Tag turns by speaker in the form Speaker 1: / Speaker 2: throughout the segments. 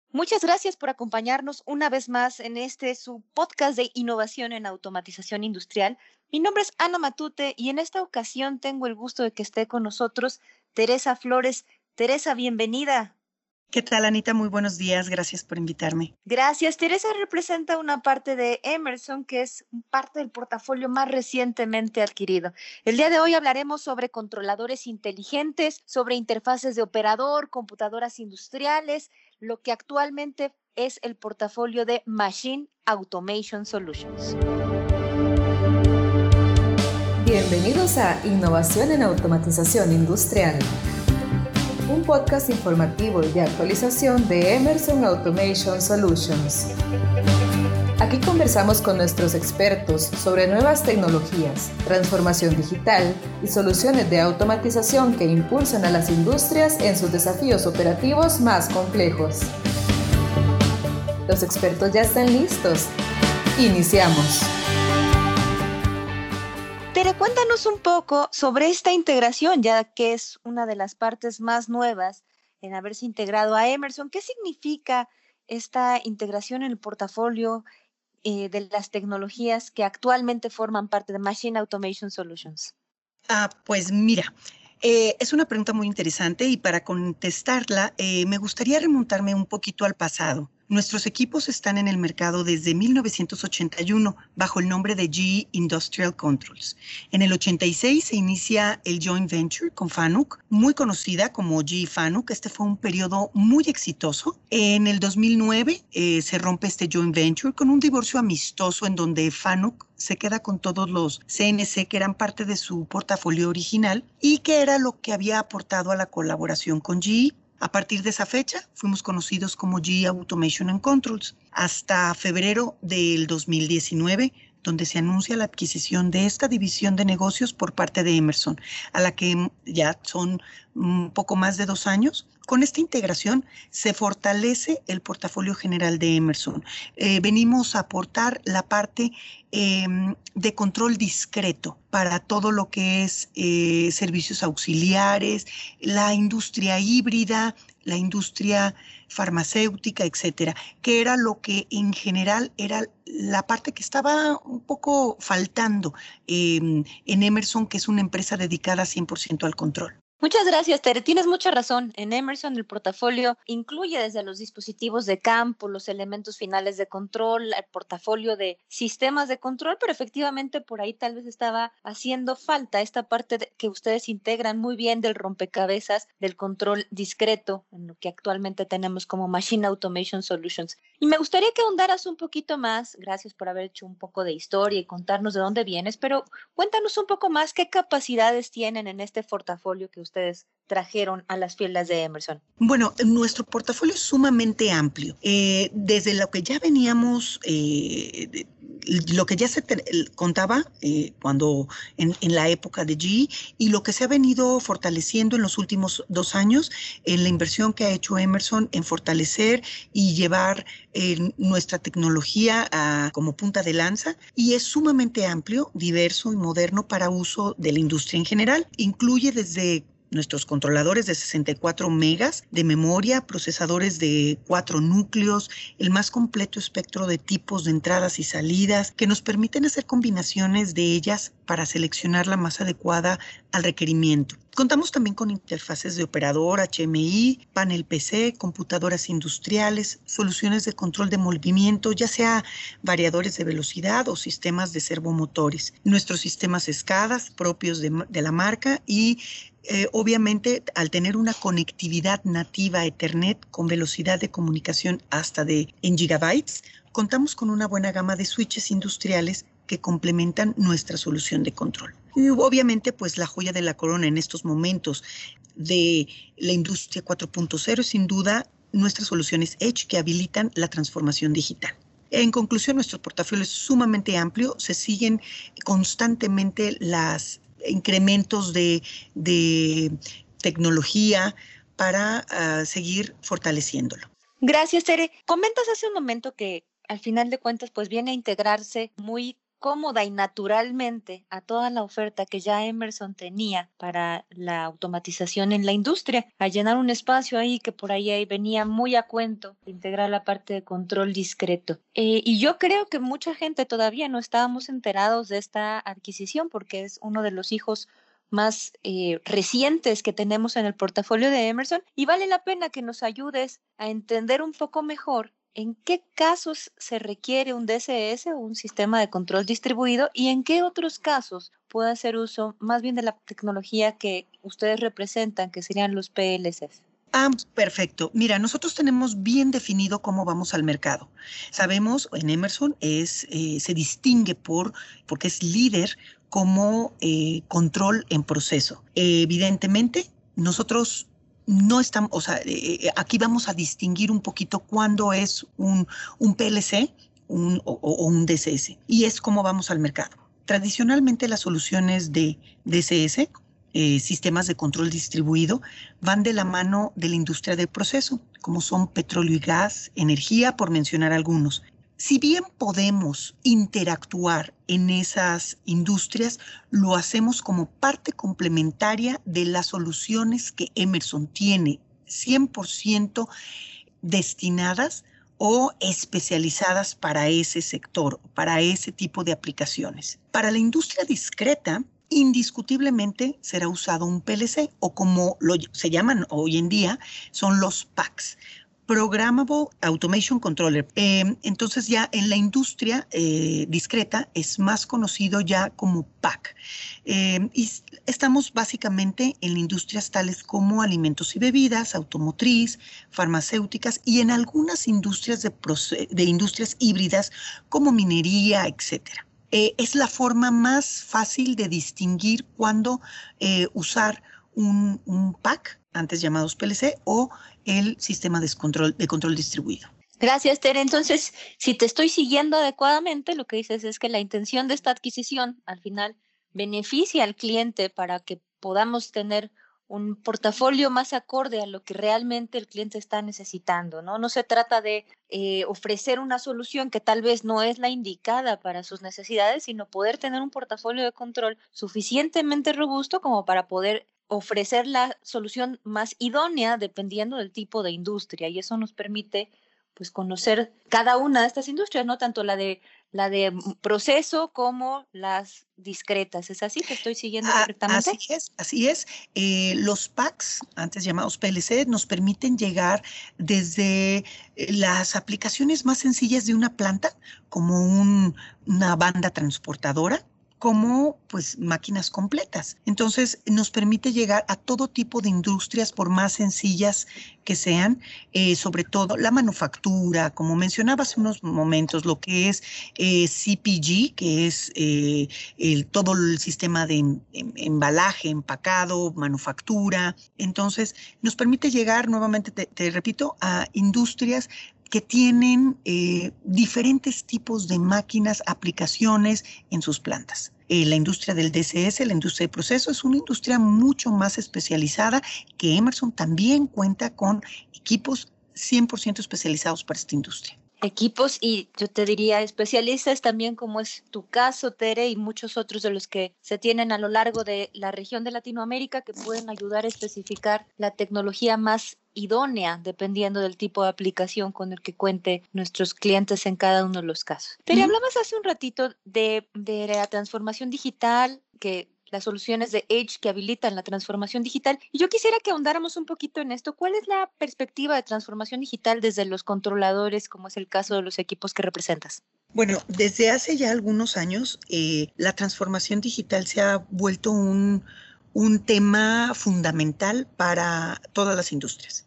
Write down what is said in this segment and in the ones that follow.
Speaker 1: Muchas gracias por acompañarnos una vez más en su podcast de innovación en automatización industrial. Mi nombre es Ana Matute y en esta ocasión tengo el gusto de que esté con nosotros Teresa Flores. Teresa, bienvenida.
Speaker 2: ¿Qué tal, Anita? Muy buenos días. Gracias por invitarme.
Speaker 1: Gracias. Teresa representa una parte de Emerson, que es parte del portafolio más recientemente adquirido. El día de hoy hablaremos sobre controladores inteligentes, sobre interfaces de operador, computadoras industriales, lo que actualmente es el portafolio de Machine Automation Solutions.
Speaker 3: Bienvenidos a Innovación en Automatización Industrial, un podcast informativo y de actualización de Emerson Automation Solutions. Aquí conversamos con nuestros expertos sobre nuevas tecnologías, transformación digital y soluciones de automatización que impulsan a las industrias en sus desafíos operativos más complejos. Los expertos ya están listos. Iniciamos.
Speaker 1: Tere, cuéntanos un poco sobre esta integración, ya que es una de las partes más nuevas en haberse integrado a Emerson. ¿Qué significa esta integración en el portafolio de las tecnologías que actualmente forman parte de Machine Automation Solutions?
Speaker 2: Pues mira, es una pregunta muy interesante y para contestarla me gustaría remontarme un poquito al pasado. Nuestros equipos están en el mercado desde 1981 bajo el nombre de GE Industrial Controls. En el 86 se inicia el joint venture con Fanuc, muy conocida como GE Fanuc. Este fue un periodo muy exitoso. En el 2009 se rompe este joint venture con un divorcio amistoso en donde Fanuc se queda con todos los CNC que eran parte de su portafolio original y que era lo que había aportado a la colaboración con GE. A partir de esa fecha, fuimos conocidos como GE Automation and Controls, hasta febrero del 2019, donde se anuncia la adquisición de esta división de negocios por parte de Emerson, a la que ya son un poco más de 2 años. Con esta integración se fortalece el portafolio general de Emerson. Venimos a aportar la parte de control discreto para todo lo que es servicios auxiliares, la industria híbrida, la industria farmacéutica, etcétera, que era lo que en general era la parte que estaba un poco faltando en Emerson, que es una empresa dedicada 100% al control.
Speaker 1: Muchas gracias, Tere. Tienes mucha razón. En Emerson el portafolio incluye desde los dispositivos de campo, los elementos finales de control, el portafolio de sistemas de control, pero efectivamente por ahí tal vez estaba haciendo falta esta parte que ustedes integran muy bien del rompecabezas del control discreto, en lo que actualmente tenemos como Machine Automation Solutions. Y me gustaría que ahondaras un poquito más, gracias por haber hecho un poco de historia y contarnos de dónde vienes, pero cuéntanos un poco más qué capacidades tienen en este portafolio que ustedes trajeron a las filas de Emerson.
Speaker 2: Bueno, nuestro portafolio es sumamente amplio. Desde lo que ya veníamos, lo que ya se contaba cuando en la época de GE y lo que se ha venido fortaleciendo en los últimos 2 años en la inversión que ha hecho Emerson en fortalecer y llevar nuestra tecnología como punta de lanza, y es sumamente amplio, diverso y moderno para uso de la industria en general. Incluye desde nuestros controladores de 64 megas de memoria, procesadores de 4 núcleos, el más completo espectro de tipos de entradas y salidas que nos permiten hacer combinaciones de ellas para seleccionar la más adecuada al requerimiento. Contamos también con interfaces de operador, HMI, panel PC, computadoras industriales, soluciones de control de movimiento, ya sea variadores de velocidad o sistemas de servomotores. Nuestros sistemas SCADA propios de la marca y obviamente, al tener una conectividad nativa Ethernet con velocidad de comunicación hasta en gigabytes, contamos con una buena gama de switches industriales que complementan nuestra solución de control. Y obviamente, pues la joya de la corona en estos momentos de la industria 4.0 es sin duda nuestras soluciones Edge que habilitan la transformación digital. En conclusión, nuestro portafolio es sumamente amplio, se siguen constantemente los incrementos de tecnología para seguir fortaleciéndolo.
Speaker 1: Gracias, Tere. Comentas hace un momento que al final de cuentas pues viene a integrarse muy cómoda y naturalmente a toda la oferta que ya Emerson tenía para la automatización en la industria, a llenar un espacio ahí que por ahí venía muy a cuento, integrar la parte de control discreto. Y yo creo que mucha gente todavía no estábamos enterados de esta adquisición porque es uno de los hijos más recientes que tenemos en el portafolio de Emerson, y vale la pena que nos ayudes a entender un poco mejor en qué casos se requiere un DCS o un sistema de control distribuido y en qué otros casos puede hacer uso más bien de la tecnología que ustedes representan, que serían los PLCs.
Speaker 2: Perfecto. Mira, nosotros tenemos bien definido cómo vamos al mercado. Sabemos, en Emerson se distingue porque es líder como control en proceso. Evidentemente, nosotros no estamos, aquí vamos a distinguir un poquito cuándo es un PLC o un DCS, y es cómo vamos al mercado. Tradicionalmente las soluciones de DCS, sistemas de control distribuido, van de la mano de la industria del proceso, como son petróleo y gas, energía, por mencionar algunos. Si bien podemos interactuar en esas industrias, lo hacemos como parte complementaria de las soluciones que Emerson tiene 100% destinadas o especializadas para ese sector, para ese tipo de aplicaciones. Para la industria discreta, indiscutiblemente será usado un PLC, o como se llaman hoy en día, son los PACs. Programmable Automation Controller. Entonces ya en la industria discreta es más conocido ya como PAC. Y estamos básicamente en industrias tales como alimentos y bebidas, automotriz, farmacéuticas y en algunas industrias de industrias híbridas como minería, etcétera. Es la forma más fácil de distinguir cuándo usar un PAC, antes llamados PLC, o el sistema de control distribuido.
Speaker 1: Gracias, Tere. Entonces, si te estoy siguiendo adecuadamente, lo que dices es que la intención de esta adquisición al final beneficia al cliente para que podamos tener un portafolio más acorde a lo que realmente el cliente está necesitando, ¿no? No se trata de ofrecer una solución que tal vez no es la indicada para sus necesidades, sino poder tener un portafolio de control suficientemente robusto como para poder ofrecer la solución más idónea dependiendo del tipo de industria, y eso nos permite pues conocer cada una de estas industrias, no tanto la de proceso como las discretas. ¿Es así? ¿Te estoy siguiendo correctamente?
Speaker 2: Así es. Los PACs, antes llamados PLC, nos permiten llegar desde las aplicaciones más sencillas de una planta, como una banda transportadora, como pues máquinas completas. Entonces nos permite llegar a todo tipo de industrias, por más sencillas que sean, sobre todo la manufactura, como mencionaba hace unos momentos, lo que es CPG, que es todo el sistema de embalaje, empacado, manufactura. Entonces nos permite llegar, nuevamente te repito, a industrias que tienen diferentes tipos de máquinas, aplicaciones en sus plantas. La industria del DCS, la industria de proceso, es una industria mucho más especializada, que Emerson también cuenta con equipos 100% especializados para esta industria.
Speaker 1: Equipos y yo te diría especialistas también, como es tu caso, Tere, y muchos otros de los que se tienen a lo largo de la región de Latinoamérica, que pueden ayudar a especificar la tecnología más idónea dependiendo del tipo de aplicación con el que cuente nuestros clientes en cada uno de los casos. Tere, hablabas hace un ratito de la transformación digital, que las soluciones de Edge que habilitan la transformación digital. Y yo quisiera que ahondáramos un poquito en esto. ¿Cuál es la perspectiva de transformación digital desde los controladores, como es el caso de los equipos que representas?
Speaker 2: Bueno, desde hace ya algunos años, la transformación digital se ha vuelto un tema fundamental para todas las industrias.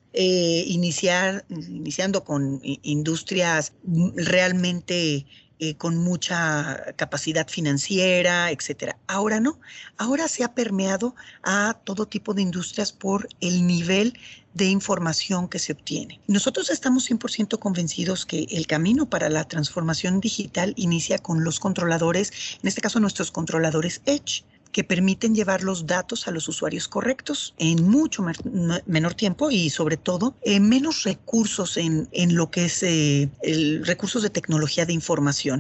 Speaker 2: Iniciando con industrias realmente con mucha capacidad financiera, etcétera. Ahora no, ahora se ha permeado a todo tipo de industrias por el nivel de información que se obtiene. Nosotros estamos 100% convencidos que el camino para la transformación digital inicia con los controladores, en este caso nuestros controladores Edge, que permiten llevar los datos a los usuarios correctos en mucho menor tiempo y sobre todo menos recursos en lo que es recursos de tecnología de información.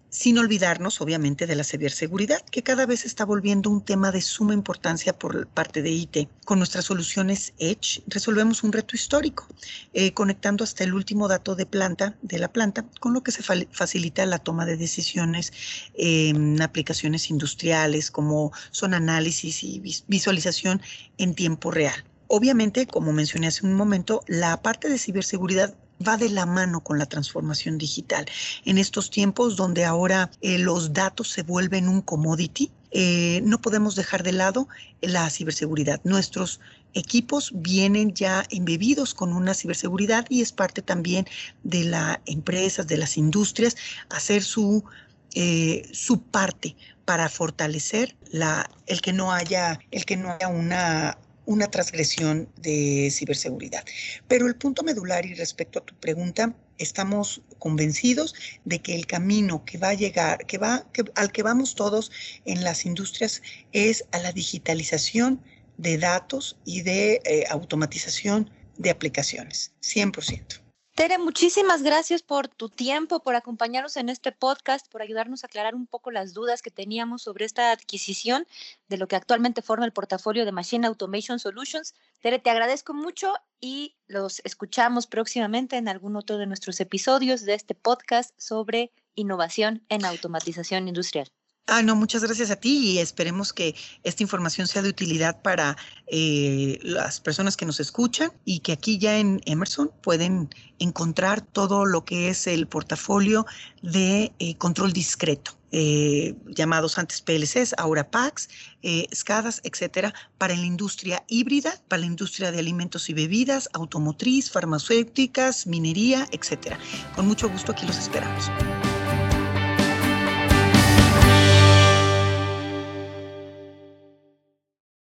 Speaker 2: sin olvidarnos, obviamente, de la ciberseguridad, que cada vez está volviendo un tema de suma importancia por parte de IT. Con nuestras soluciones Edge resolvemos un reto histórico, conectando hasta el último dato de la planta, con lo que se facilita la toma de decisiones en aplicaciones industriales, como son análisis y visualización en tiempo real. Obviamente, como mencioné hace un momento, la parte de ciberseguridad va de la mano con la transformación digital. En estos tiempos donde ahora los datos se vuelven un commodity, no podemos dejar de lado la ciberseguridad. Nuestros equipos vienen ya embebidos con una ciberseguridad y es parte también de las empresas, de las industrias, hacer su parte para fortalecer el que no haya una transgresión de ciberseguridad. Pero el punto medular y respecto a tu pregunta, estamos convencidos de que el camino que va a llegar, al que vamos todos en las industrias es a la digitalización de datos y de automatización de aplicaciones, 100%.
Speaker 1: Tere, muchísimas gracias por tu tiempo, por acompañarnos en este podcast, por ayudarnos a aclarar un poco las dudas que teníamos sobre esta adquisición de lo que actualmente forma el portafolio de Machine Automation Solutions. Tere, te agradezco mucho y los escuchamos próximamente en algún otro de nuestros episodios de este podcast sobre innovación en automatización industrial.
Speaker 2: No, muchas gracias a ti y esperemos que esta información sea de utilidad para las personas que nos escuchan y que aquí ya en Emerson pueden encontrar todo lo que es el portafolio de control discreto, llamados antes PLCs, ahora PACs, SCADAs, etcétera, para la industria híbrida, para la industria de alimentos y bebidas, automotriz, farmacéuticas, minería, etcétera. Con mucho gusto aquí los esperamos.